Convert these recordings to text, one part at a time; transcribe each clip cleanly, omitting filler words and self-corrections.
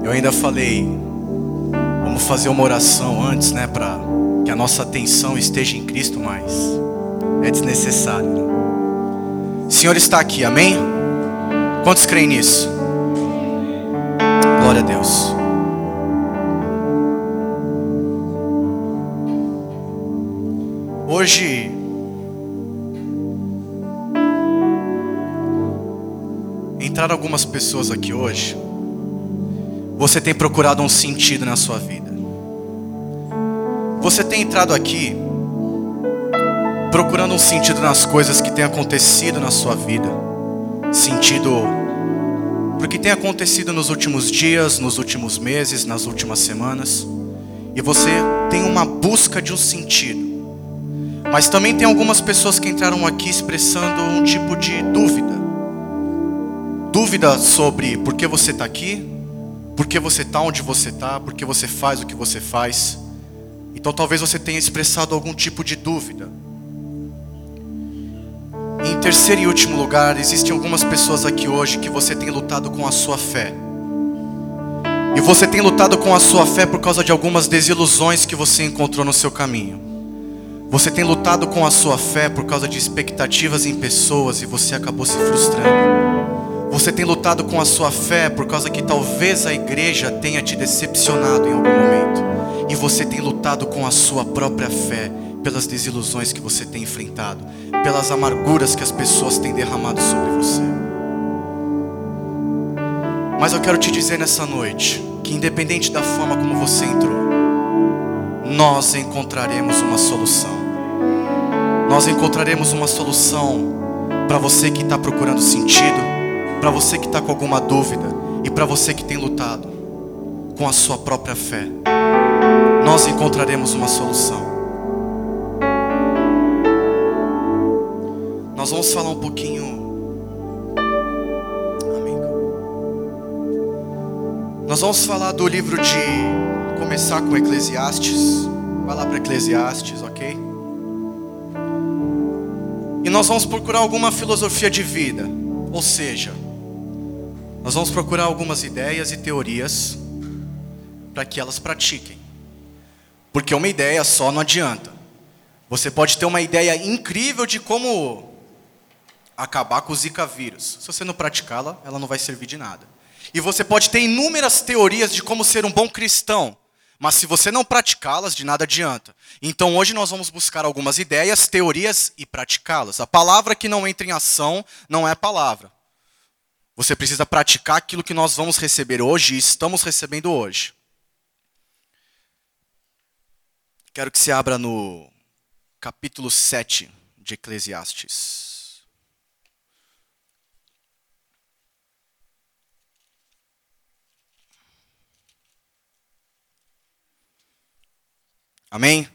Eu ainda falei, vamos fazer uma oração antes, né, para que a nossa atenção esteja em Cristo, mas é desnecessário, né? O Senhor está aqui, amém? Quantos creem nisso? Glória a Deus. Hoje entraram algumas pessoas aqui hoje. Você tem procurado um sentido na sua vida. Você tem entrado aqui procurando um sentido nas coisas que têm acontecido na sua vida. Sentido porque tem acontecido nos últimos dias, nos últimos meses, nas últimas semanas. E você tem uma busca de um sentido. Mas também tem algumas pessoas que entraram aqui expressando um tipo de dúvida. Dúvida sobre por que você está aqui, por que você está onde você está, por que você faz o que você faz. Então talvez você tenha expressado algum tipo de dúvida. E em terceiro e último lugar, existem algumas pessoas aqui hoje que você tem lutado com a sua fé. E você tem lutado com a sua fé por causa de algumas desilusões que você encontrou no seu caminho. Você tem lutado com a sua fé por causa de expectativas em pessoas e você acabou se frustrando. Você tem lutado com a sua fé por causa que talvez a igreja tenha te decepcionado em algum momento. E você tem lutado com a sua própria fé pelas desilusões que você tem enfrentado, pelas amarguras que as pessoas têm derramado sobre você. Mas eu quero te dizer nessa noite que independente da forma como você entrou, nós encontraremos uma solução. Nós encontraremos uma solução para você que está procurando sentido, para você que está com alguma dúvida e para você que tem lutado com a sua própria fé. Nós encontraremos uma solução. Nós vamos falar um pouquinho. Amém. Nós vamos falar do livro de começar com Eclesiastes. Vai lá para Eclesiastes, ok? E nós vamos procurar alguma filosofia de vida. Ou seja, nós vamos procurar algumas ideias e teorias para que elas pratiquem. Porque uma ideia só não adianta. Você pode ter uma ideia incrível de como acabar com o Zika vírus. Se você não praticá-la, ela não vai servir de nada. E você pode ter inúmeras teorias de como ser um bom cristão. Mas se você não praticá-las, de nada adianta. Então hoje nós vamos buscar algumas ideias, teorias e praticá-las. A palavra que não entra em ação não é palavra. Você precisa praticar aquilo que nós vamos receber hoje e estamos recebendo hoje. Quero que você abra no capítulo 7 de Eclesiastes. Amém?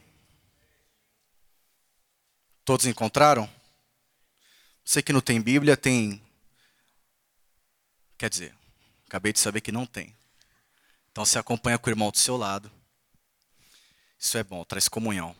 Todos encontraram? Você que não tem Bíblia, tem... Quer dizer, acabei de saber que não tem. Então você acompanha com o irmão do seu lado. Isso é bom, traz comunhão.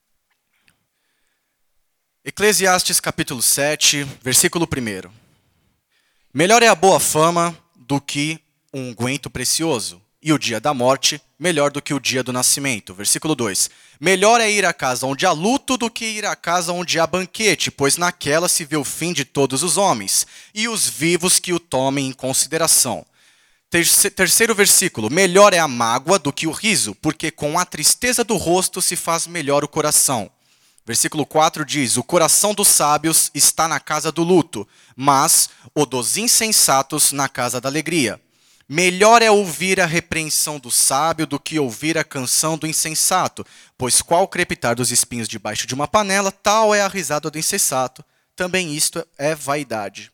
Eclesiastes capítulo 7, versículo 1. Melhor é a boa fama do que um unguento precioso, e o dia da morte melhor do que o dia do nascimento. Versículo 2. Melhor é ir à casa onde há luto do que ir à casa onde há banquete, pois naquela se vê o fim de todos os homens, e os vivos que o tomem em consideração. Terceiro versículo. Melhor é a mágoa do que o riso, porque com a tristeza do rosto se faz melhor o coração. Versículo 4 diz: o coração dos sábios está na casa do luto, mas o dos insensatos na casa da alegria. Melhor é ouvir a repreensão do sábio do que ouvir a canção do insensato, pois qual crepitar dos espinhos debaixo de uma panela, tal é a risada do insensato. Também isto é vaidade.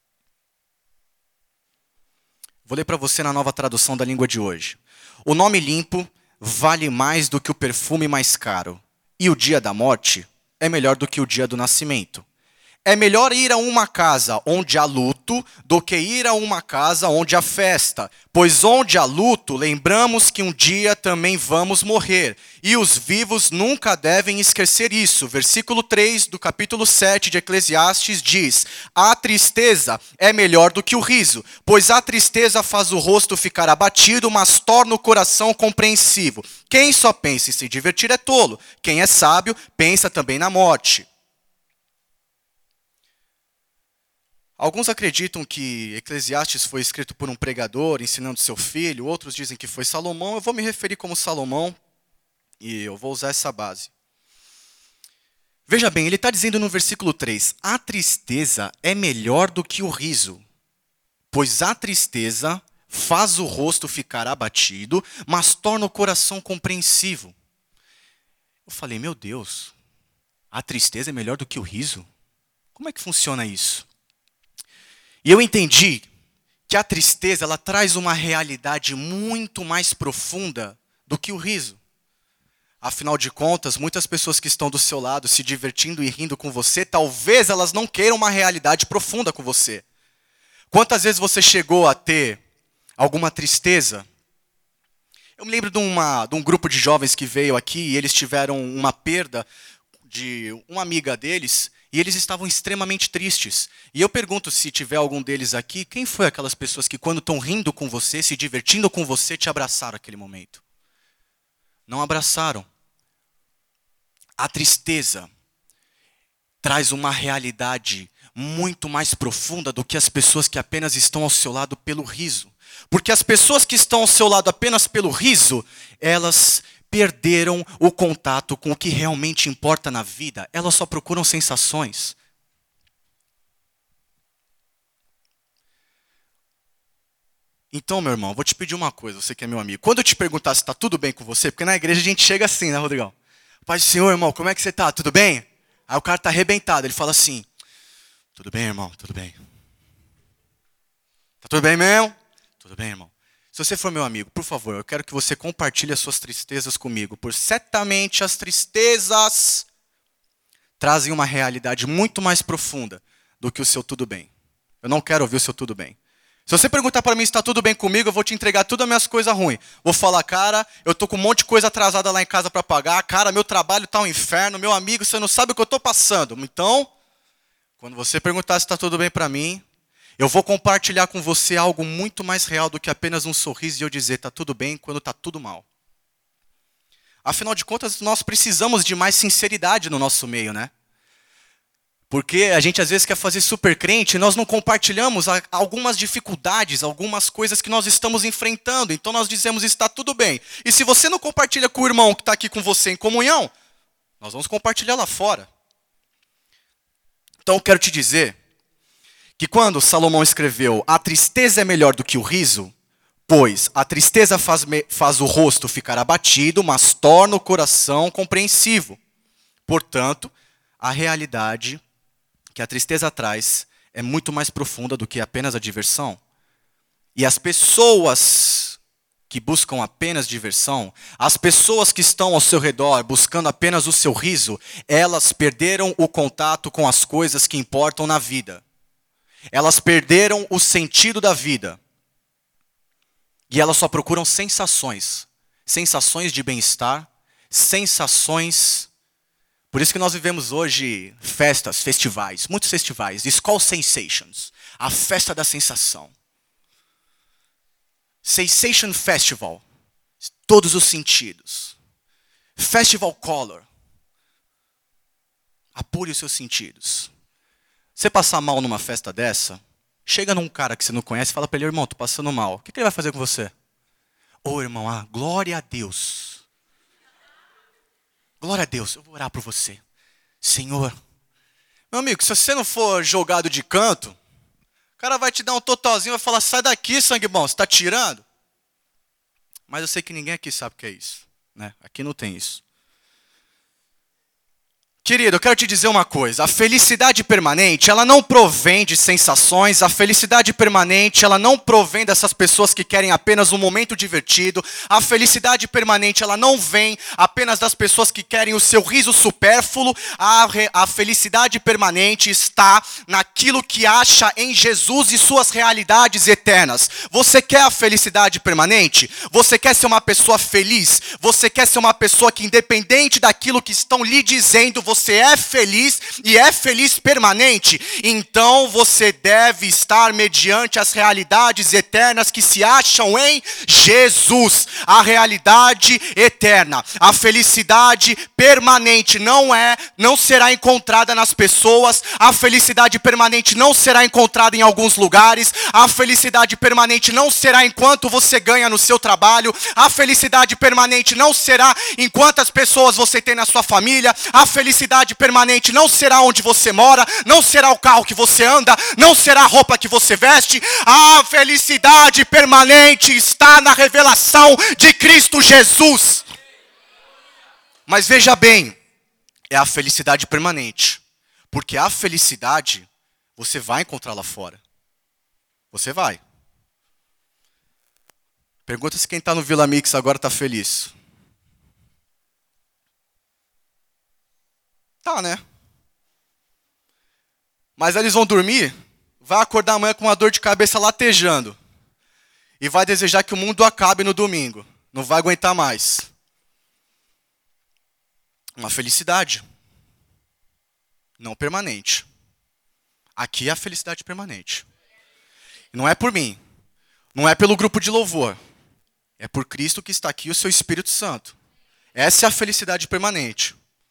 Vou ler para você na nova tradução da língua de hoje. O nome limpo vale mais do que o perfume mais caro, e o dia da morte é melhor do que o dia do nascimento. é melhor ir a uma casa onde há luto do que ir a uma casa onde há festa. Pois onde há luto, lembramos que um dia também vamos morrer. E os vivos nunca devem esquecer isso. Versículo 3 do capítulo 7 de Eclesiastes diz: a tristeza é melhor do que o riso, pois a tristeza faz o rosto ficar abatido, mas torna o coração compreensivo. Quem só pensa em se divertir é tolo. Quem é sábio, pensa também na morte. Alguns acreditam que Eclesiastes foi escrito por um pregador ensinando seu filho, outros dizem que foi Salomão. Eu vou me referir como Salomão e eu vou usar essa base. Veja bem, ele está dizendo no versículo 3, a tristeza é melhor do que o riso, pois a tristeza faz o rosto ficar abatido, mas torna o coração compreensivo. Eu falei, meu Deus, a tristeza é melhor do que o riso? Como é que funciona isso? E eu entendi que a tristeza ela traz uma realidade muito mais profunda do que o riso. Afinal de contas, muitas pessoas que estão do seu lado se divertindo e rindo com você, talvez elas não queiram uma realidade profunda com você. Quantas vezes você chegou a ter alguma tristeza? Eu me lembro de um grupo de jovens que veio aqui e eles tiveram uma perda de uma amiga deles. E eles estavam extremamente tristes. E eu pergunto se tiver algum deles aqui, quem foi aquelas pessoas que quando estão rindo com você, se divertindo com você, te abraçaram naquele momento? Não abraçaram. A tristeza traz uma realidade muito mais profunda do que as pessoas que apenas estão ao seu lado pelo riso. Porque as pessoas que estão ao seu lado apenas pelo riso, elas perderam o contato com o que realmente importa na vida. Elas só procuram sensações. Então, meu irmão, vou te pedir uma coisa, você que é meu amigo. Quando eu te perguntar se está tudo bem com você, porque na igreja a gente chega assim, né, Rodrigão? Pai do Senhor, irmão, como é que você está? Tudo bem? Aí o cara está arrebentado, ele fala assim, tudo bem, irmão, tudo bem. Tá tudo bem mesmo? Tudo bem, irmão. Se você for meu amigo, por favor, eu quero que você compartilhe as suas tristezas comigo, pois certamente as tristezas trazem uma realidade muito mais profunda do que o seu tudo bem. Eu não quero ouvir o seu tudo bem. Se você perguntar para mim se está tudo bem comigo, eu vou te entregar todas as minhas coisas ruins. Vou falar, cara, eu tô com um monte de coisa atrasada lá em casa para pagar, cara, meu trabalho tá um inferno, meu amigo, você não sabe o que eu estou passando. Então, quando você perguntar se está tudo bem para mim, eu vou compartilhar com você algo muito mais real do que apenas um sorriso e eu dizer está tudo bem quando está tudo mal. Afinal de contas, nós precisamos de mais sinceridade no nosso meio, né? Porque a gente às vezes quer fazer super crente e nós não compartilhamos algumas dificuldades, algumas coisas que nós estamos enfrentando. Então nós dizemos está tudo bem. E se você não compartilha com o irmão que está aqui com você em comunhão, nós vamos compartilhar lá fora. Então eu quero te dizer que quando Salomão escreveu a tristeza é melhor do que o riso, pois a tristeza faz o rosto ficar abatido, mas torna o coração compreensivo. Portanto, a realidade que a tristeza traz é muito mais profunda do que apenas a diversão. E as pessoas que buscam apenas diversão, as pessoas que estão ao seu redor buscando apenas o seu riso, elas perderam o contato com as coisas que importam na vida. Elas perderam o sentido da vida. E elas só procuram sensações. Sensações de bem-estar, sensações. Por isso que nós vivemos hoje festas, festivais, muitos festivais. Skull Sensations, a festa da sensação. Sensation Festival, todos os sentidos. Festival Color, apure os seus sentidos. Você passar mal numa festa dessa, chega num cara que você não conhece e fala para ele, irmão, tô passando mal. O que ele vai fazer com você? Ô, irmão, glória a Deus. Glória a Deus, eu vou orar por você. Senhor. Meu amigo, se você não for jogado de canto, o cara vai te dar um totalzinho e vai falar, sai daqui, sangue bom, você está tirando? Mas eu sei que ninguém aqui sabe o que é isso, né? Aqui não tem isso. Querido, eu quero te dizer uma coisa. A felicidade permanente, ela não provém de sensações. A felicidade permanente, ela não provém dessas pessoas que querem apenas um momento divertido. A felicidade permanente, ela não vem apenas das pessoas que querem o seu riso supérfluo. A felicidade permanente está naquilo que acha em Jesus e suas realidades eternas. Você quer a felicidade permanente? Você quer ser uma pessoa feliz? Você quer ser uma pessoa que, independente daquilo que estão lhe dizendo, você é feliz e é feliz permanente? Então você deve estar mediante as realidades eternas que se acham em Jesus. A realidade eterna, a felicidade permanente não será encontrada nas pessoas. A felicidade permanente não será encontrada em alguns lugares. A felicidade permanente não será enquanto você ganha no seu trabalho. A felicidade permanente não será em quantas pessoas você tem na sua família. A felicidade permanente não será onde você mora, não será o carro que você anda, não será a roupa que você veste. A felicidade permanente está na revelação de Cristo Jesus. Mas veja bem, é a felicidade permanente, porque a felicidade você vai encontrar lá fora. Você vai. Pergunta se quem está no Vila Mix agora está feliz. Tá, né? Mas eles vão dormir, vai acordar amanhã com uma dor de cabeça latejando. E vai desejar que o mundo acabe no domingo. Não vai aguentar mais. Uma felicidade não permanente. Aqui é a felicidade permanente. Não é por mim. Não é pelo grupo de louvor. É por Cristo que está aqui, o seu Espírito Santo. Essa é a felicidade permanente.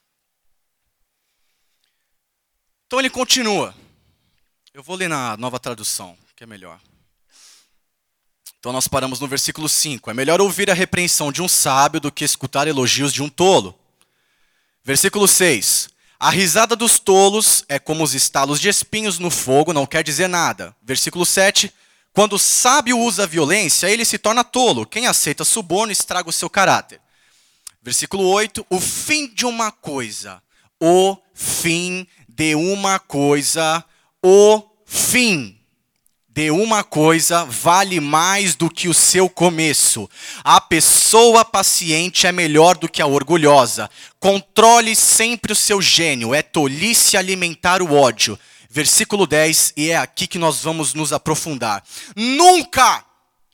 Então ele continua. Eu vou ler na Nova Tradução, que é melhor. Então nós paramos no versículo 5. É melhor ouvir a repreensão de um sábio do que escutar elogios de um tolo. Versículo 6. A risada dos tolos é como os estalos de espinhos no fogo, não quer dizer nada. Versículo 7. Quando o sábio usa a violência, ele se torna tolo. Quem aceita suborno estraga o seu caráter. Versículo 8. O fim de uma coisa. O fim de uma coisa, o fim de uma coisa vale mais do que o seu começo. A pessoa paciente é melhor do que a orgulhosa. Controle sempre o seu gênio, é tolice alimentar o ódio. Versículo 10, e é aqui que nós vamos nos aprofundar. Nunca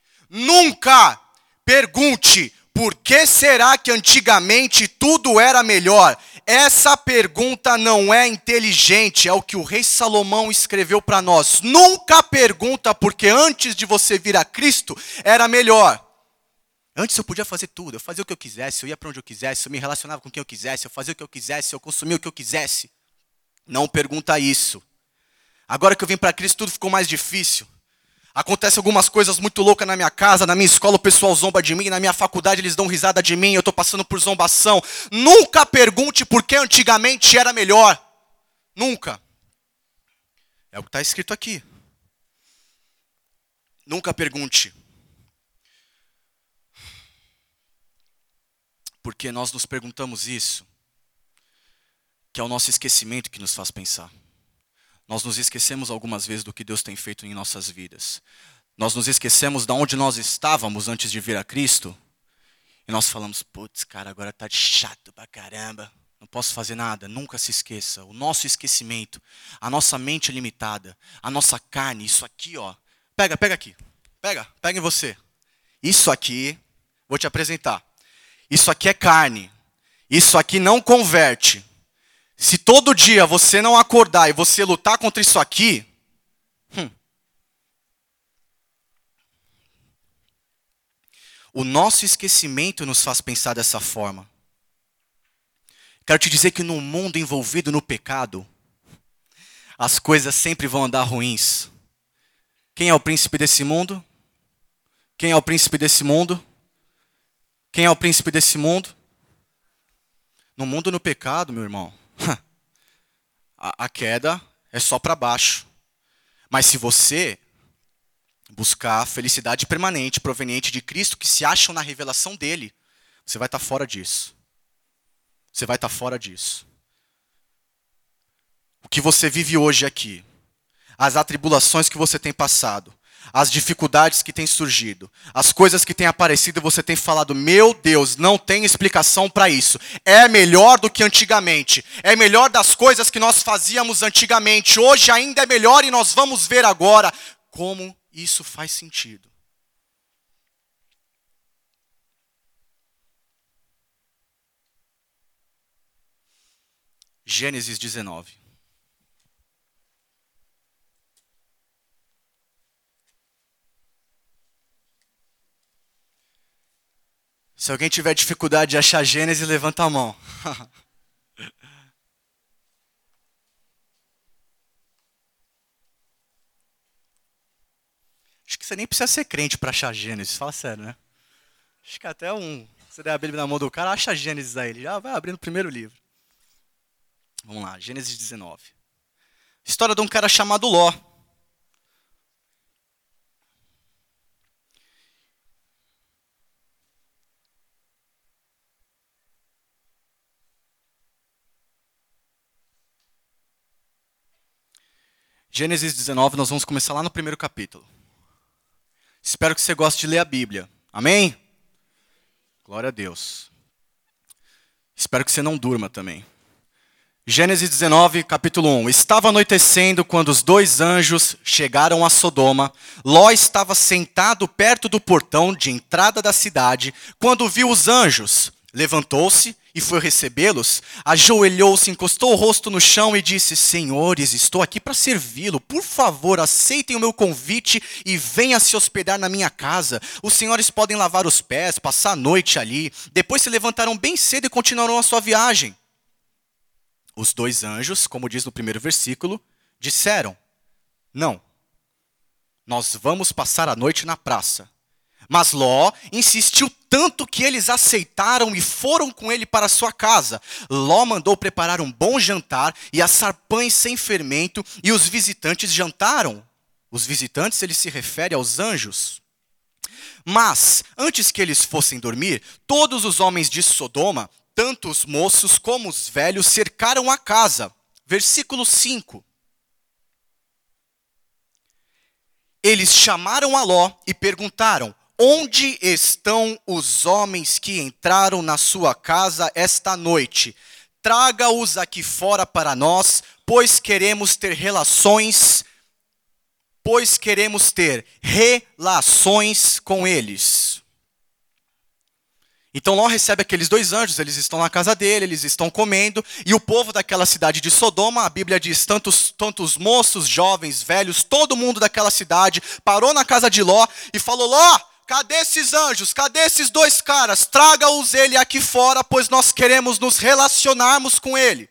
pergunte por que será que antigamente tudo era melhor. Essa pergunta não é inteligente, é o que o rei Salomão escreveu para nós. Nunca pergunta porque antes de você vir a Cristo era melhor. Antes eu podia fazer tudo, eu fazia o que eu quisesse, eu ia para onde eu quisesse, eu me relacionava com quem eu quisesse, eu fazia o que eu quisesse, eu consumia o que eu quisesse. Não pergunta isso. Agora que eu vim para Cristo tudo ficou mais difícil. Acontece algumas coisas muito loucas na minha casa, na minha escola o pessoal zomba de mim, na minha faculdade eles dão risada de mim, eu estou passando por zombação. Nunca pergunte por que antigamente era melhor. Nunca. É o que está escrito aqui. Nunca pergunte. Porque nós nos perguntamos isso, que é o nosso esquecimento que nos faz pensar. Nós nos esquecemos algumas vezes do que Deus tem feito em nossas vidas. Nós nos esquecemos de onde nós estávamos antes de vir a Cristo. E nós falamos, putz, cara, agora tá chato pra caramba. Não posso fazer nada. Nunca se esqueça. O nosso esquecimento, a nossa mente limitada, a nossa carne, isso aqui, ó. Pega aqui. Pega em você. Isso aqui, vou te apresentar. Isso aqui é carne. Isso aqui não converte. Se todo dia você não acordar e você lutar contra isso aqui, o nosso esquecimento nos faz pensar dessa forma. Quero te dizer que no mundo envolvido no pecado, as coisas sempre vão andar ruins. Quem é o príncipe desse mundo? Quem é o príncipe desse mundo? Quem é o príncipe desse mundo? No mundo no pecado, meu irmão, a queda é só para baixo. Mas se você buscar felicidade permanente, proveniente de Cristo, que se acham na revelação dele, você vai estar fora disso. Você vai estar fora disso. que você vive hoje aqui, as atribulações que você tem passado, as dificuldades que têm surgido, as coisas que têm aparecido e você tem falado, meu Deus, não tem explicação para isso. É melhor do que antigamente. É melhor das coisas que nós fazíamos antigamente. Hoje ainda é melhor e nós vamos ver agora como isso faz sentido. Gênesis 19. Se alguém tiver dificuldade de achar Gênesis, levanta a mão. Acho que você nem precisa ser crente para achar Gênesis, fala sério, né? Acho que até você der a Bíblia na mão do cara, acha Gênesis aí, ele já vai abrir no primeiro livro. Vamos lá, Gênesis 19. História de um cara chamado Ló. Gênesis 19, nós vamos começar lá no primeiro capítulo. Espero que você goste de ler a Bíblia. Amém? Glória a Deus. Espero que você não durma também. Gênesis 19, capítulo 1. Estava anoitecendo quando os dois anjos chegaram a Sodoma. Ló estava sentado perto do portão de entrada da cidade quando viu os anjos. Levantou-se e foi recebê-los, ajoelhou-se, encostou o rosto no chão e disse, Senhores, estou aqui para servi-lo. Por favor, aceitem o meu convite e venham se hospedar na minha casa. Os senhores podem lavar os pés, passar a noite ali. Depois se levantaram bem cedo e continuaram a sua viagem. Os dois anjos, como diz no primeiro versículo, disseram, não, nós vamos passar a noite na praça. Mas Ló insistiu tanto que eles aceitaram e foram com ele para sua casa. Ló mandou preparar um bom jantar e assar pães sem fermento, e os visitantes jantaram. Os visitantes, ele se refere aos anjos. Mas, antes que eles fossem dormir, todos os homens de Sodoma, tanto os moços como os velhos, cercaram a casa. Versículo 5. Eles chamaram a Ló e perguntaram, onde estão os homens que entraram na sua casa esta noite? Traga-os aqui fora para nós, pois queremos ter relações com eles. Então Ló recebe aqueles dois anjos, eles estão na casa dele, eles estão comendo, e o povo daquela cidade de Sodoma, a Bíblia diz, tantos moços, jovens, velhos, todo mundo daquela cidade, parou na casa de Ló e falou, Ló, cadê esses anjos? Cadê esses dois caras? Traga-os ele aqui fora, pois nós queremos nos relacionarmos com ele.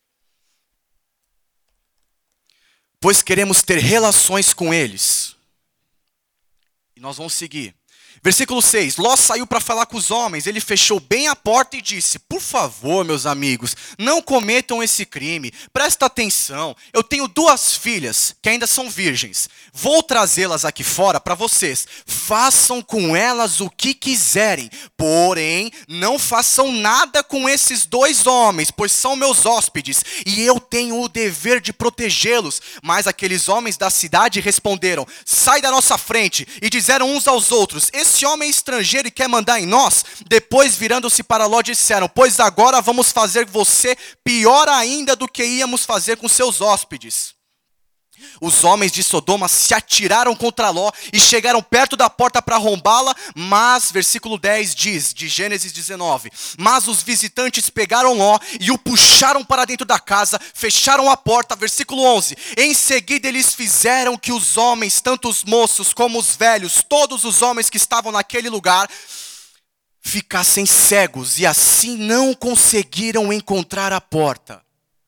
Pois queremos ter relações com eles. E nós vamos seguir. Versículo 6, Ló saiu para falar com os homens, ele fechou bem a porta e disse, por favor, meus amigos, não cometam esse crime, presta atenção, eu tenho 2 filhas que ainda são virgens, vou trazê-las aqui fora para vocês, façam com elas o que quiserem, porém, não façam nada com esses 2 homens, pois são meus hóspedes, e eu tenho o dever de protegê-los. Mas aqueles homens da cidade responderam, sai da nossa frente, e disseram uns aos outros, esse homem é estrangeiro e quer mandar em nós? Depois, virando-se para Ló, disseram, pois agora vamos fazer você pior ainda do que íamos fazer com seus hóspedes. Os homens de Sodoma se atiraram contra Ló e chegaram perto da porta para arrombá-la, mas, versículo 10 diz, de Gênesis 19, mas os visitantes pegaram Ló e o puxaram para dentro da casa, fecharam a porta, versículo 11, em seguida eles fizeram que os homens, tanto os moços como os velhos, todos os homens que estavam naquele lugar, ficassem cegos e assim não conseguiram encontrar a porta.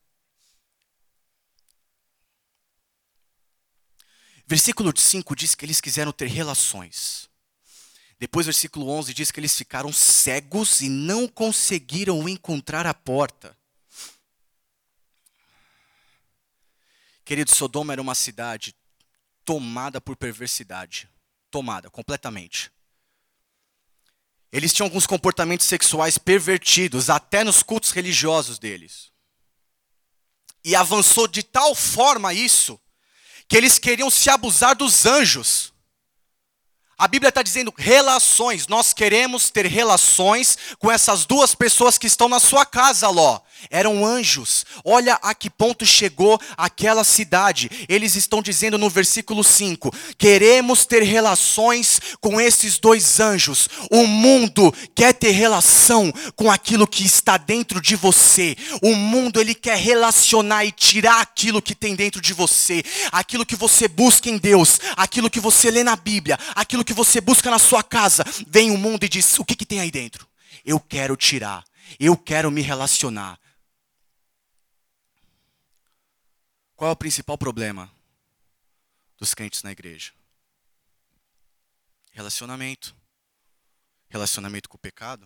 Versículo 5 diz que eles quiseram ter relações. Depois, versículo 11 diz que eles ficaram cegos e não conseguiram encontrar a porta. Querido, Sodoma era uma cidade tomada por perversidade. Tomada, completamente. Eles tinham alguns comportamentos sexuais pervertidos, até nos cultos religiosos deles. E avançou de tal forma isso, que eles queriam se abusar dos anjos. A Bíblia está dizendo relações. Nós queremos ter relações com essas duas pessoas que estão na sua casa, Ló. Eram anjos. Olha a que ponto chegou aquela cidade. Eles estão dizendo no versículo 5: queremos ter relações com esses dois anjos. O mundo quer ter relação com aquilo que está dentro de você. O mundo, ele quer relacionar e tirar aquilo que tem dentro de você. Aquilo que você busca em Deus. Aquilo que você lê na Bíblia. Aquilo que você busca na sua casa. Vem o mundo e diz: o que tem aí dentro? Eu quero tirar. Eu quero me relacionar. Qual é o principal problema dos crentes na igreja? Relacionamento. Relacionamento com o pecado.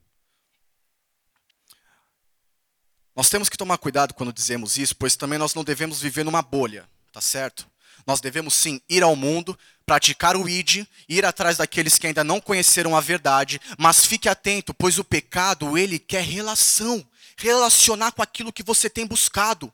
Nós temos que tomar cuidado quando dizemos isso, pois também nós não devemos viver numa bolha, tá certo? Nós devemos sim ir ao mundo, praticar o ID, ir atrás daqueles que ainda não conheceram a verdade, mas fique atento, pois o pecado, ele quer relacionar com aquilo que você tem buscado.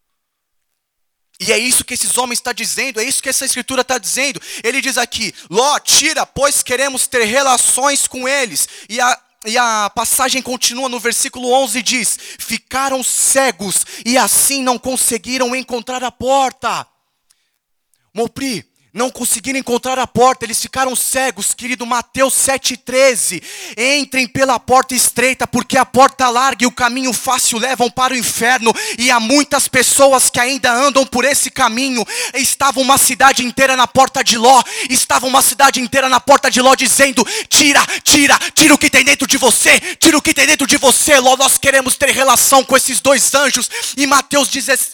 E é isso que esses homens estão dizendo, é isso que essa escritura está dizendo. Ele diz aqui: Ló, tira, pois queremos ter relações com eles. E a passagem continua no versículo 11 e diz: ficaram cegos e assim não conseguiram encontrar a porta. Mopri, não conseguiram encontrar a porta, eles ficaram cegos, querido. Mateus 7,13. Entrem pela porta estreita, porque a porta larga e o caminho fácil levam para o inferno. E há muitas pessoas que ainda andam por esse caminho. Estava uma cidade inteira na porta de Ló. Estava uma cidade inteira na porta de Ló dizendo: tira o que tem dentro de você. Tira o que tem dentro de você, Ló. Nós queremos ter relação com esses dois anjos. E Mateus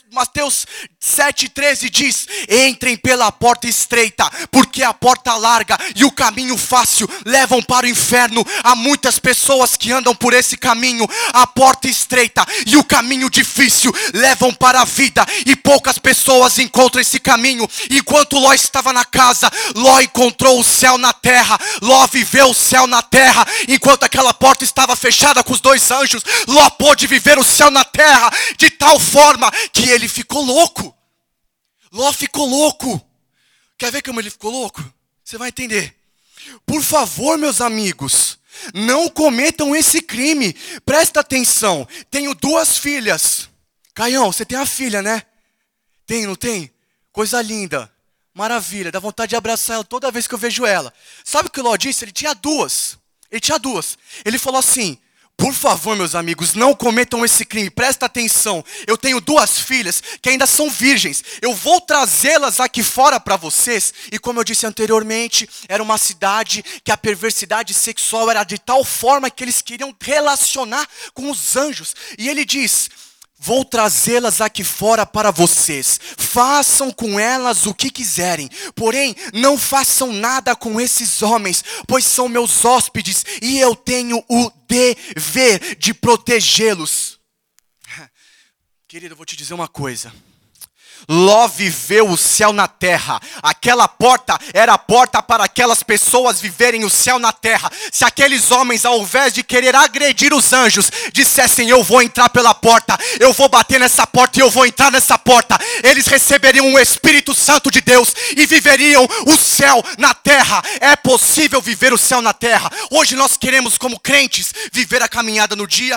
7,13 diz: entrem pela porta estreita, porque a porta larga e o caminho fácil levam para o inferno. Há muitas pessoas que andam por esse caminho. A porta estreita e o caminho difícil levam para a vida, e poucas pessoas encontram esse caminho. Enquanto Ló estava na casa, Ló encontrou o céu na terra. Ló viveu o céu na terra. Enquanto aquela porta estava fechada com os dois anjos, Ló pôde viver o céu na terra de tal forma que ele ficou louco. Ló ficou louco. Quer ver como ele ficou louco? Você vai entender. Por favor, meus amigos, não cometam esse crime. Presta atenção. Tenho duas filhas. Caião, você tem uma filha, né? Tem, não tem? Coisa linda. Maravilha. Dá vontade de abraçar ela toda vez que eu vejo ela. Sabe o que o Ló disse? Ele tinha duas. Ele falou assim: por favor, meus amigos, não cometam esse crime. Presta atenção. Eu tenho duas filhas que ainda são virgens. Eu vou trazê-las aqui fora para vocês. E como eu disse anteriormente, era uma cidade que a perversidade sexual era de tal forma que eles queriam relacionar com os anjos. E ele diz: vou trazê-las aqui fora para vocês. Façam com elas o que quiserem. Porém, não façam nada com esses homens, pois são meus hóspedes e eu tenho o dever de protegê-los. Querido, eu vou te dizer uma coisa. Ló viveu o céu na terra. Aquela porta era a porta para aquelas pessoas viverem o céu na terra. Se aqueles homens, ao invés de querer agredir os anjos, dissessem: eu vou entrar pela porta, eu vou bater nessa porta e eu vou entrar nessa porta, eles receberiam o Espírito Santo de Deus e viveriam o céu na terra. É possível viver o céu na terra. Hoje nós queremos, como crentes, viver a caminhada no dia,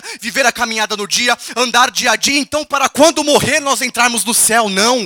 andar dia a dia. Então, para quando morrer nós entrarmos no céu? Não.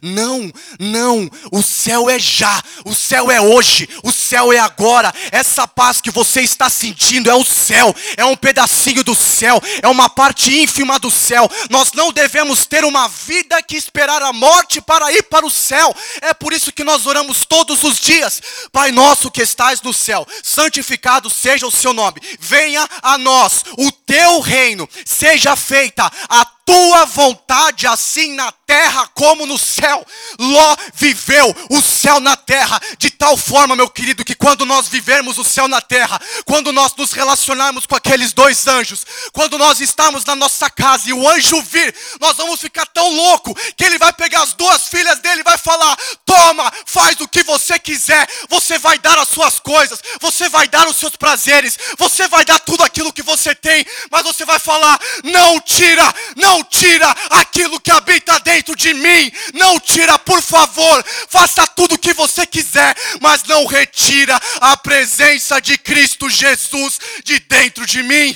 O céu é já, o céu é hoje, o céu é agora. Essa paz que você está sentindo é o céu, é um pedacinho do céu, é uma parte ínfima do céu. Nós não devemos ter uma vida que esperar a morte para ir para o céu. É por isso que nós oramos todos os dias: Pai nosso que estais no céu, santificado seja o seu nome, venha a nós o teu reino, seja feita a tua vontade, assim na terra como no céu. Ló viveu o céu na terra de tal forma, meu querido, que quando nós vivermos o céu na terra, quando nós nos relacionarmos com aqueles dois anjos, quando nós estamos na nossa casa e o anjo vir, nós vamos ficar tão louco que ele vai pegar as duas filhas dele e vai falar: toma, faz o que você quiser. Você vai dar as suas coisas, você vai dar os seus prazeres, você vai dar tudo aquilo que você tem, mas você vai falar: não tira não tira aquilo que habita dentro de mim. Não tira, por favor. Faça tudo o que você quiser, mas não retira a presença de Cristo Jesus de dentro de mim.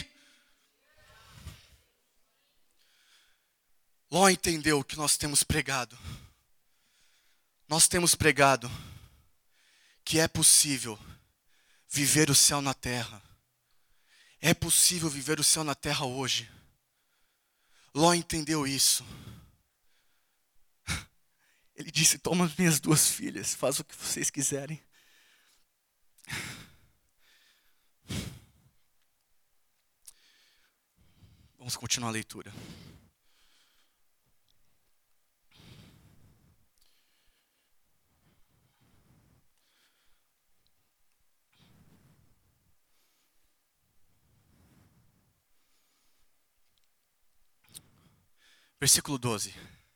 Ló entendeu o que nós temos pregado. Nós temos pregado que é possível viver o céu na terra. É possível viver o céu na terra hoje. Ló entendeu isso. Ele disse: toma as minhas 2 filhas, faz o que vocês quiserem. Vamos continuar a leitura. Versículo 12.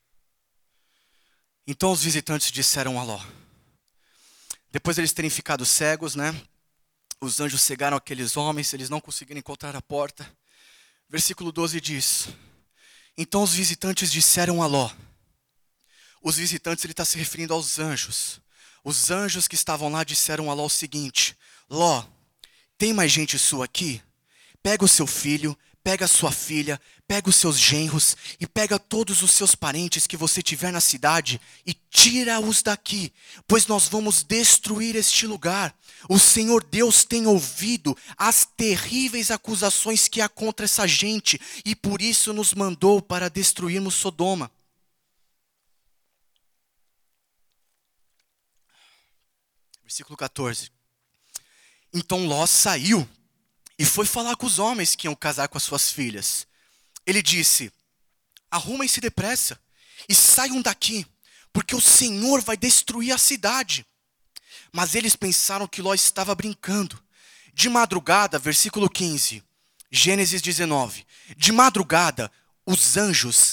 Então os visitantes disseram a Ló. Depois de eles terem ficado cegos, os anjos cegaram aqueles homens, eles não conseguiram encontrar a porta. Versículo 12 diz: então os visitantes disseram a Ló. Os visitantes, ele está se referindo aos anjos. Os anjos que estavam lá disseram a Ló o seguinte: Ló, tem mais gente sua aqui? Pega o seu filho, pega a sua filha, pega os seus genros e pega todos os seus parentes que você tiver na cidade e tira-os daqui, pois nós vamos destruir este lugar. O Senhor Deus tem ouvido as terríveis acusações que há contra essa gente e por isso nos mandou para destruirmos Sodoma. Versículo 14. Então Ló saiu e foi falar com os homens que iam casar com as suas filhas. Ele disse: arrumem-se depressa e saiam daqui, porque o Senhor vai destruir a cidade. Mas eles pensaram que Ló estava brincando. De madrugada, versículo 15, Gênesis 19. De madrugada, os anjos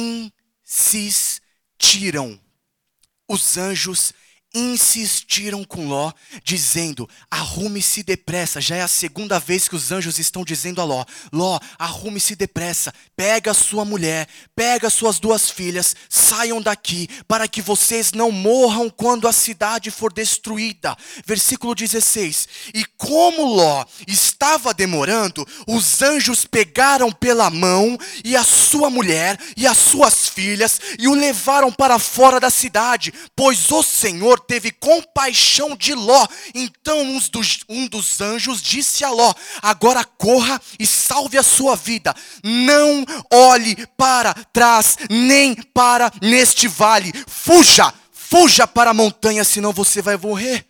insistiram. Os anjos insistiram com Ló, dizendo: arrume-se depressa. Já é a segunda vez que os anjos estão dizendo a Ló: Ló, arrume-se depressa, pega a sua mulher, pega suas 2 filhas, saiam daqui, para que vocês não morram quando a cidade for destruída. Versículo 16. E como Ló estava demorando, os anjos pegaram pela mão e a sua mulher e as suas filhas e o levaram para fora da cidade, pois o Senhor teve compaixão de Ló. Então um dos anjos disse a Ló: agora corra e salve a sua vida. Não olhe para trás, nem para neste vale. Fuja para a montanha, senão você vai morrer.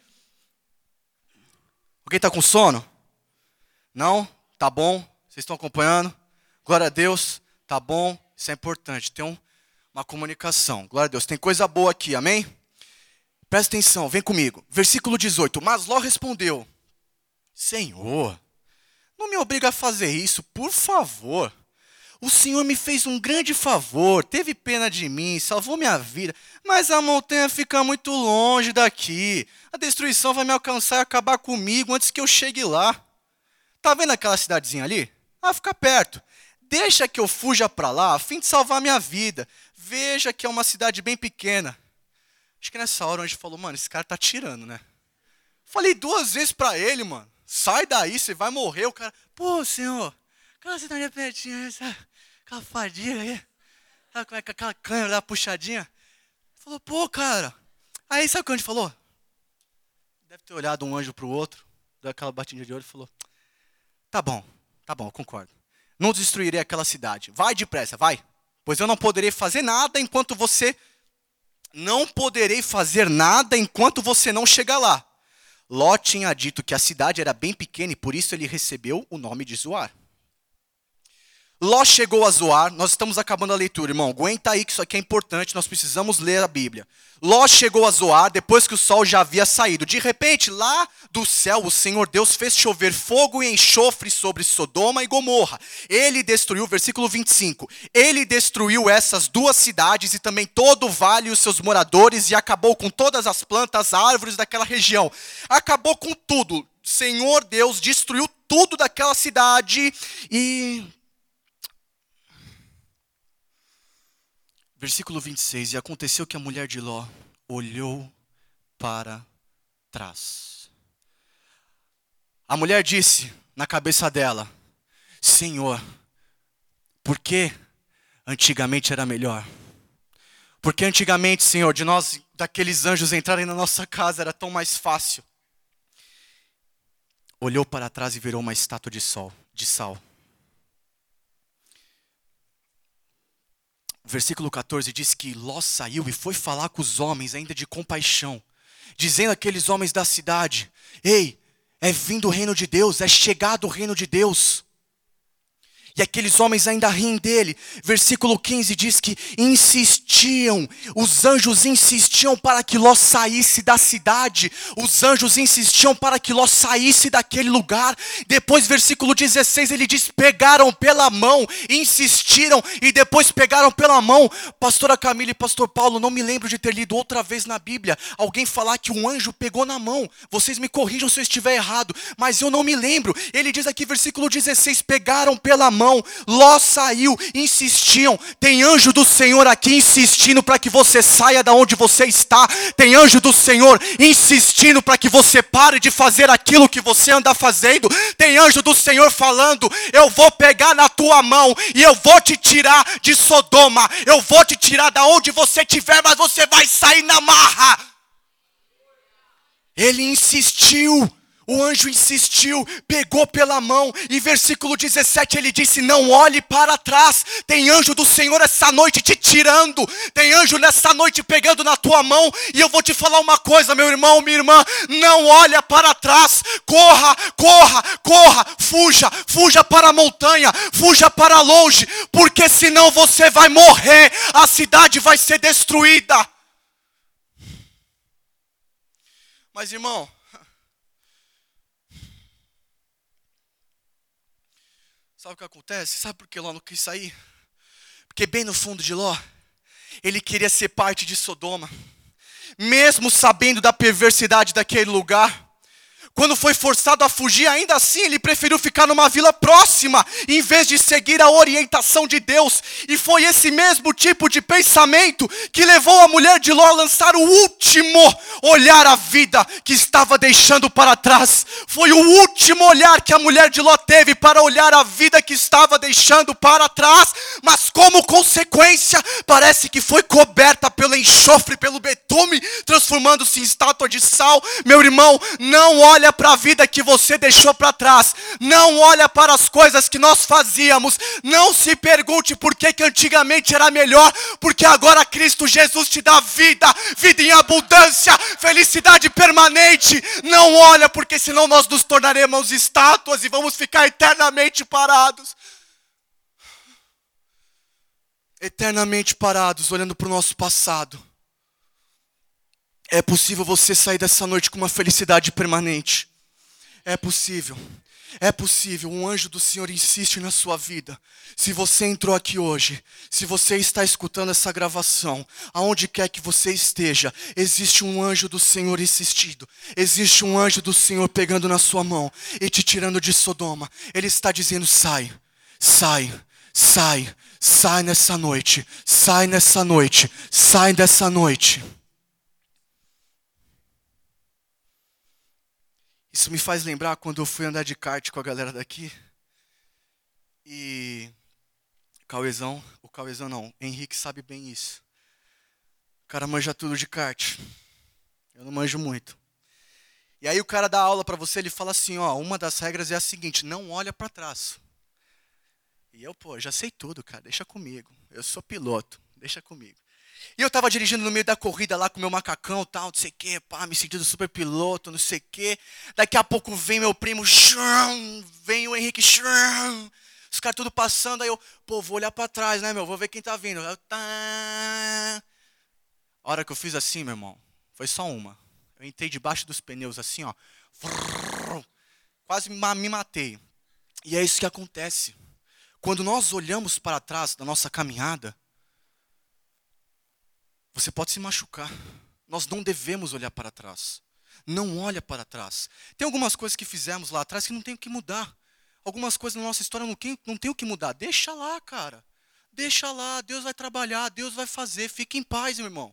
Alguém está com sono? Não? Tá bom? Vocês estão acompanhando? Glória a Deus. Tá bom? Isso é importante. Tem uma comunicação. Glória a Deus. Tem coisa boa aqui, amém? Presta atenção, vem comigo. Versículo 18. Mas Ló respondeu: Senhor, não me obriga a fazer isso, por favor. O Senhor me fez um grande favor, teve pena de mim, salvou minha vida, mas a montanha fica muito longe daqui. A destruição vai me alcançar e acabar comigo antes que eu chegue lá. Tá vendo aquela cidadezinha ali? Ah, fica perto. Deixa que eu fuja para lá, a fim de salvar minha vida. Veja que é uma cidade bem pequena. Acho que nessa hora a gente falou: mano, esse cara tá tirando, né? Falei 2 vezes pra ele, mano: sai daí, você vai morrer. O cara: pô, senhor, aquela cidade pertinho, aquela fadiga aí, aquela câmera lá puxadinha. Falou: pô, cara. Aí sabe o que a gente falou? Deve ter olhado um anjo pro outro, deu aquela batidinha de olho e falou: tá bom, eu concordo. Não destruirei aquela cidade. Vai depressa, vai. Pois eu não poderei fazer nada enquanto você... Não poderei fazer nada enquanto você não chegar lá. Ló tinha dito que a cidade era bem pequena e por isso ele recebeu o nome de Zoar. Ló chegou a Zoar. Nós estamos acabando a leitura, irmão. Aguenta aí que isso aqui é importante, nós precisamos ler a Bíblia. Ló chegou a Zoar depois que o sol já havia saído. De repente, lá do céu, o Senhor Deus fez chover fogo e enxofre sobre Sodoma e Gomorra. Ele destruiu, versículo 25, ele destruiu essas 2 cidades e também todo o vale e os seus moradores e acabou com todas as plantas, árvores daquela região. Acabou com tudo. Senhor Deus destruiu tudo daquela cidade e... Versículo 26. E aconteceu que a mulher de Ló olhou para trás. A mulher disse na cabeça dela: Senhor, por que antigamente era melhor? Porque antigamente, Senhor, de nós, daqueles anjos entrarem na nossa casa, era tão mais fácil. Olhou para trás e virou uma estátua de sal. O versículo 14 diz que Ló saiu e foi falar com os homens ainda de compaixão, dizendo àqueles homens da cidade: Ei, é vindo o reino de Deus, é chegado o reino de Deus. E aqueles homens ainda riem dele. Versículo 15 diz que insistiam, os anjos insistiam para que Ló saísse da cidade. Os anjos insistiam para que Ló saísse daquele lugar. Depois, versículo 16, ele diz: pegaram pela mão, insistiram e depois pegaram pela mão. Pastora Camila e pastor Paulo, não me lembro de ter lido outra vez na Bíblia alguém falar que um anjo pegou na mão. Vocês me corrijam se eu estiver errado, mas eu não me lembro. Ele diz aqui, versículo 16, pegaram pela mão. Ló saiu, insistiam. Tem anjo do Senhor aqui insistindo para que você saia da onde você está. Tem anjo do Senhor insistindo para que você pare de fazer aquilo que você anda fazendo. Tem anjo do Senhor falando: eu vou pegar na tua mão e eu vou te tirar de Sodoma. Eu vou te tirar da onde você estiver, mas você vai sair na marra. Ele insistiu. O anjo insistiu, pegou pela mão, e versículo 17 ele disse: não olhe para trás. Tem anjo do Senhor essa noite te tirando, tem anjo nessa noite pegando na tua mão. E eu vou te falar uma coisa, meu irmão, minha irmã: não olha para trás, corra, corra, corra, fuja, fuja para a montanha, fuja para longe, porque senão você vai morrer, a cidade vai ser destruída. Mas irmão, sabe o que acontece? Sabe por que Ló não quis sair? Porque bem no fundo de Ló, ele queria ser parte de Sodoma. Mesmo sabendo da perversidade daquele lugar, quando foi forçado a fugir, ainda assim ele preferiu ficar numa vila próxima, em vez de seguir a orientação de Deus. E foi esse mesmo tipo de pensamento que levou a mulher de Ló a lançar o último olhar à vida que estava deixando para trás. Foi o último olhar que a mulher de Ló teve para olhar a vida que estava deixando para trás. Mas como consequência, parece que foi coberta pelo enxofre, pelo betume, transformando-se em estátua de sal. Meu irmão, não olha para a vida que você deixou para trás. Não olha para as coisas que nós fazíamos. Não se pergunte por que antigamente era melhor, porque agora Cristo Jesus te dá vida, vida em abundância, felicidade permanente. Não olha, porque senão nós nos tornaremos estátuas e vamos ficar eternamente parados. Eternamente parados, olhando para o nosso passado. É possível você sair dessa noite com uma felicidade permanente. É possível. É possível. Um anjo do Senhor insiste na sua vida. Se você entrou aqui hoje, se você está escutando essa gravação, aonde quer que você esteja, existe um anjo do Senhor insistindo. Existe um anjo do Senhor pegando na sua mão e te tirando de Sodoma. Ele está dizendo: sai, sai, sai, sai nessa noite, sai nessa noite, sai dessa noite. Isso me faz lembrar quando eu fui andar de kart com a galera daqui. E Henrique sabe bem isso. O cara manja tudo de kart. Eu não manjo muito. E aí o cara dá aula pra você, ele fala assim, ó, uma das regras é a seguinte: não olha pra trás. E eu, já sei tudo, cara, deixa comigo. Eu sou piloto, deixa comigo. E eu tava dirigindo no meio da corrida lá com meu macacão, tal, não sei o quê, me sentindo super piloto, não sei o quê. Daqui a pouco vem meu primo, vem o Henrique, os caras tudo passando, aí eu, vou olhar pra trás, né, meu, vou ver quem tá vindo. A hora que eu fiz assim, meu irmão, foi só uma. Eu entrei debaixo dos pneus assim, ó, quase me matei. E é isso que acontece. Quando nós olhamos para trás da nossa caminhada, você pode se machucar. Nós não devemos olhar para trás. Não olha para trás. Tem algumas coisas que fizemos lá atrás que não tem o que mudar. Algumas coisas na nossa história não tem o que mudar. Deixa lá, cara. Deixa lá, Deus vai trabalhar, Deus vai fazer, fique em paz, meu irmão.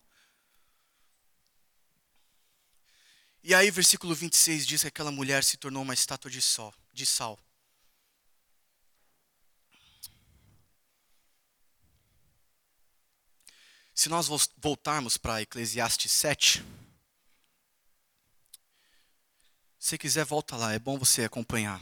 E aí, versículo 26 diz que aquela mulher se tornou uma estátua de sal. Se nós voltarmos para Eclesiastes 7, se você quiser, volta lá, é bom você acompanhar.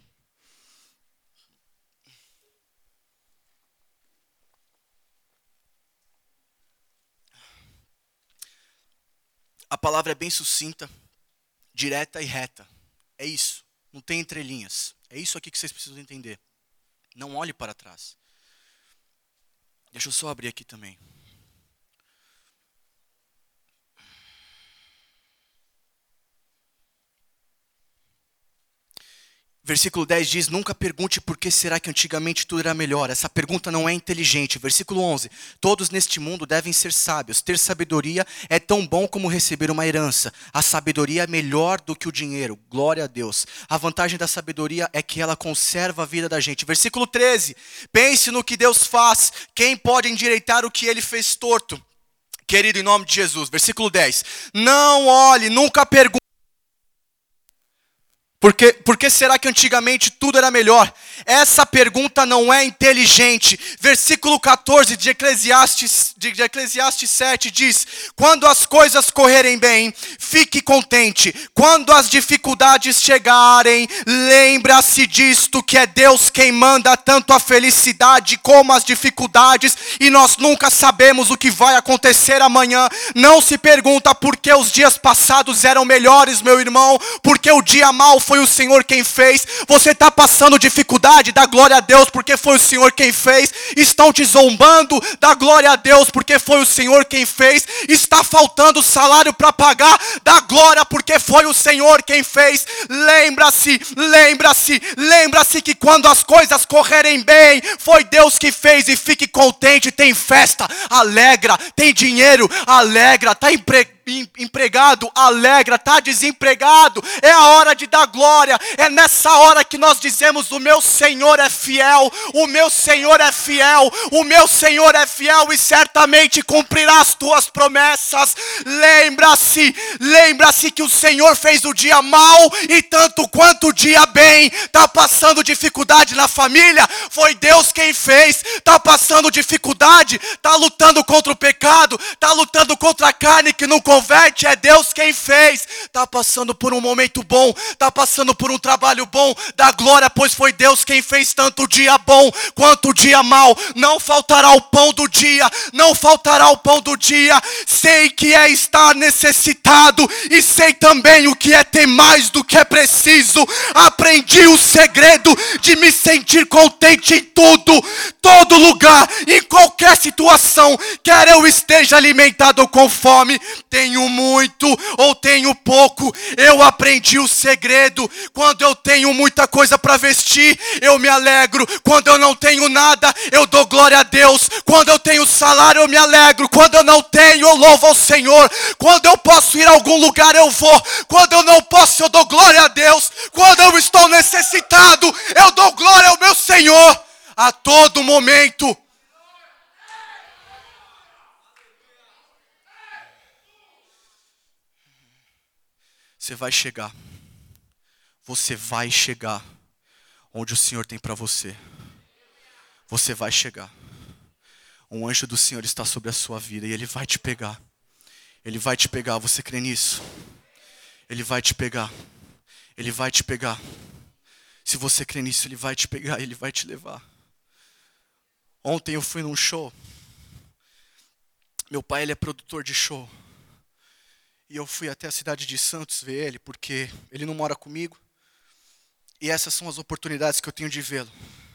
A palavra é bem sucinta, direta e reta. É isso, não tem entrelinhas. É isso aqui que vocês precisam entender. Não olhe para trás. Deixa eu só abrir aqui também. Versículo 10 diz, nunca pergunte por que será que antigamente tudo era melhor. Essa pergunta não é inteligente. Versículo 11, todos neste mundo devem ser sábios. Ter sabedoria é tão bom como receber uma herança. A sabedoria é melhor do que o dinheiro. Glória a Deus. A vantagem da sabedoria é que ela conserva a vida da gente. Versículo 13, pense no que Deus faz. Quem pode endireitar o que ele fez torto? Querido, em nome de Jesus. Versículo 10, não olhe, nunca pergunte. Por que será que antigamente tudo era melhor? Essa pergunta não é inteligente. Versículo 14 de Eclesiastes 7 diz, quando as coisas correrem bem, fique contente. Quando as dificuldades chegarem, lembra-se disto, que é Deus quem manda tanto a felicidade como as dificuldades, e nós nunca sabemos o que vai acontecer amanhã. Não se pergunta por que os dias passados eram melhores, meu irmão, porque o dia mau foi o Senhor quem fez. Você está passando dificuldade, dá glória a Deus porque foi o Senhor quem fez. Estão te zombando, dá glória a Deus porque foi o Senhor quem fez. Está faltando salário para pagar, dá glória porque foi o Senhor quem fez. Lembra-se que quando as coisas correrem bem, foi Deus que fez, e fique contente. Tem festa, alegra. Tem dinheiro, alegra. Está empregado, alegra. Está desempregado, é a hora de dar glória. É nessa hora que nós dizemos, o meu Senhor é fiel, o meu Senhor é fiel, o meu Senhor é fiel, e certamente cumprirá as tuas promessas. Lembra-se que o Senhor fez o dia mau, e tanto quanto o dia bem. Está passando dificuldade na família, foi Deus quem fez. Está passando dificuldade, está lutando contra o pecado, está lutando contra a carne que não converte, é Deus quem fez. Está passando por um momento bom, está passando por um trabalho bom, dá glória, pois foi Deus quem fez tanto o dia bom quanto o dia mau. Não faltará o pão do dia, não faltará o pão do dia. Sei que é estar necessitado, e sei também o que é ter mais do que é preciso. Aprendi o segredo de me sentir contente em tudo, todo lugar, em qualquer situação. Quer eu esteja alimentado ou com fome, tenho muito ou tenho pouco, eu aprendi o segredo. Quando eu tenho muita coisa para vestir, eu me alegro. Quando eu não tenho nada, eu dou glória a Deus. Quando eu tenho salário, eu me alegro. Quando eu não tenho, eu louvo ao Senhor. Quando eu posso ir a algum lugar, eu vou. Quando eu não posso, eu dou glória a Deus. Quando eu estou necessitado, eu dou glória ao meu Senhor a todo momento. Você vai chegar. Você vai chegar onde o Senhor tem para você. Você vai chegar. Um anjo do Senhor está sobre a sua vida e Ele vai te pegar. Ele vai te pegar, você crê nisso? Ele vai te pegar. Ele vai te pegar. Se você crê nisso, Ele vai te pegar, Ele vai te levar. Ontem eu fui num show. Meu pai, ele é produtor de show. E eu fui até a cidade de Santos ver ele, porque ele não mora comigo. E essas são as oportunidades que eu tenho de vê-lo.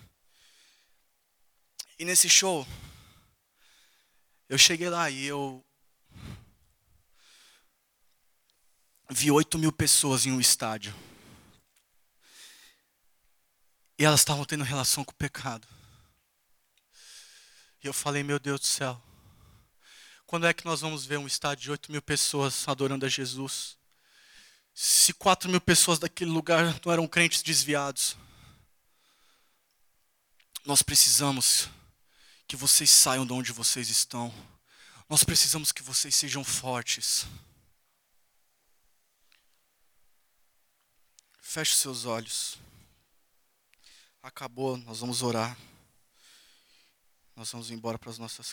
E nesse show, eu cheguei lá e eu vi 8.000 pessoas em um estádio. E elas estavam tendo relação com o pecado. E eu falei, meu Deus do céu, quando é que nós vamos ver um estádio de 8.000 pessoas adorando a Jesus? Se 4.000 pessoas daquele lugar não eram crentes desviados. Nós precisamos que vocês saiam de onde vocês estão. Nós precisamos que vocês sejam fortes. Feche seus olhos. Acabou, nós vamos orar. Nós vamos embora para as nossas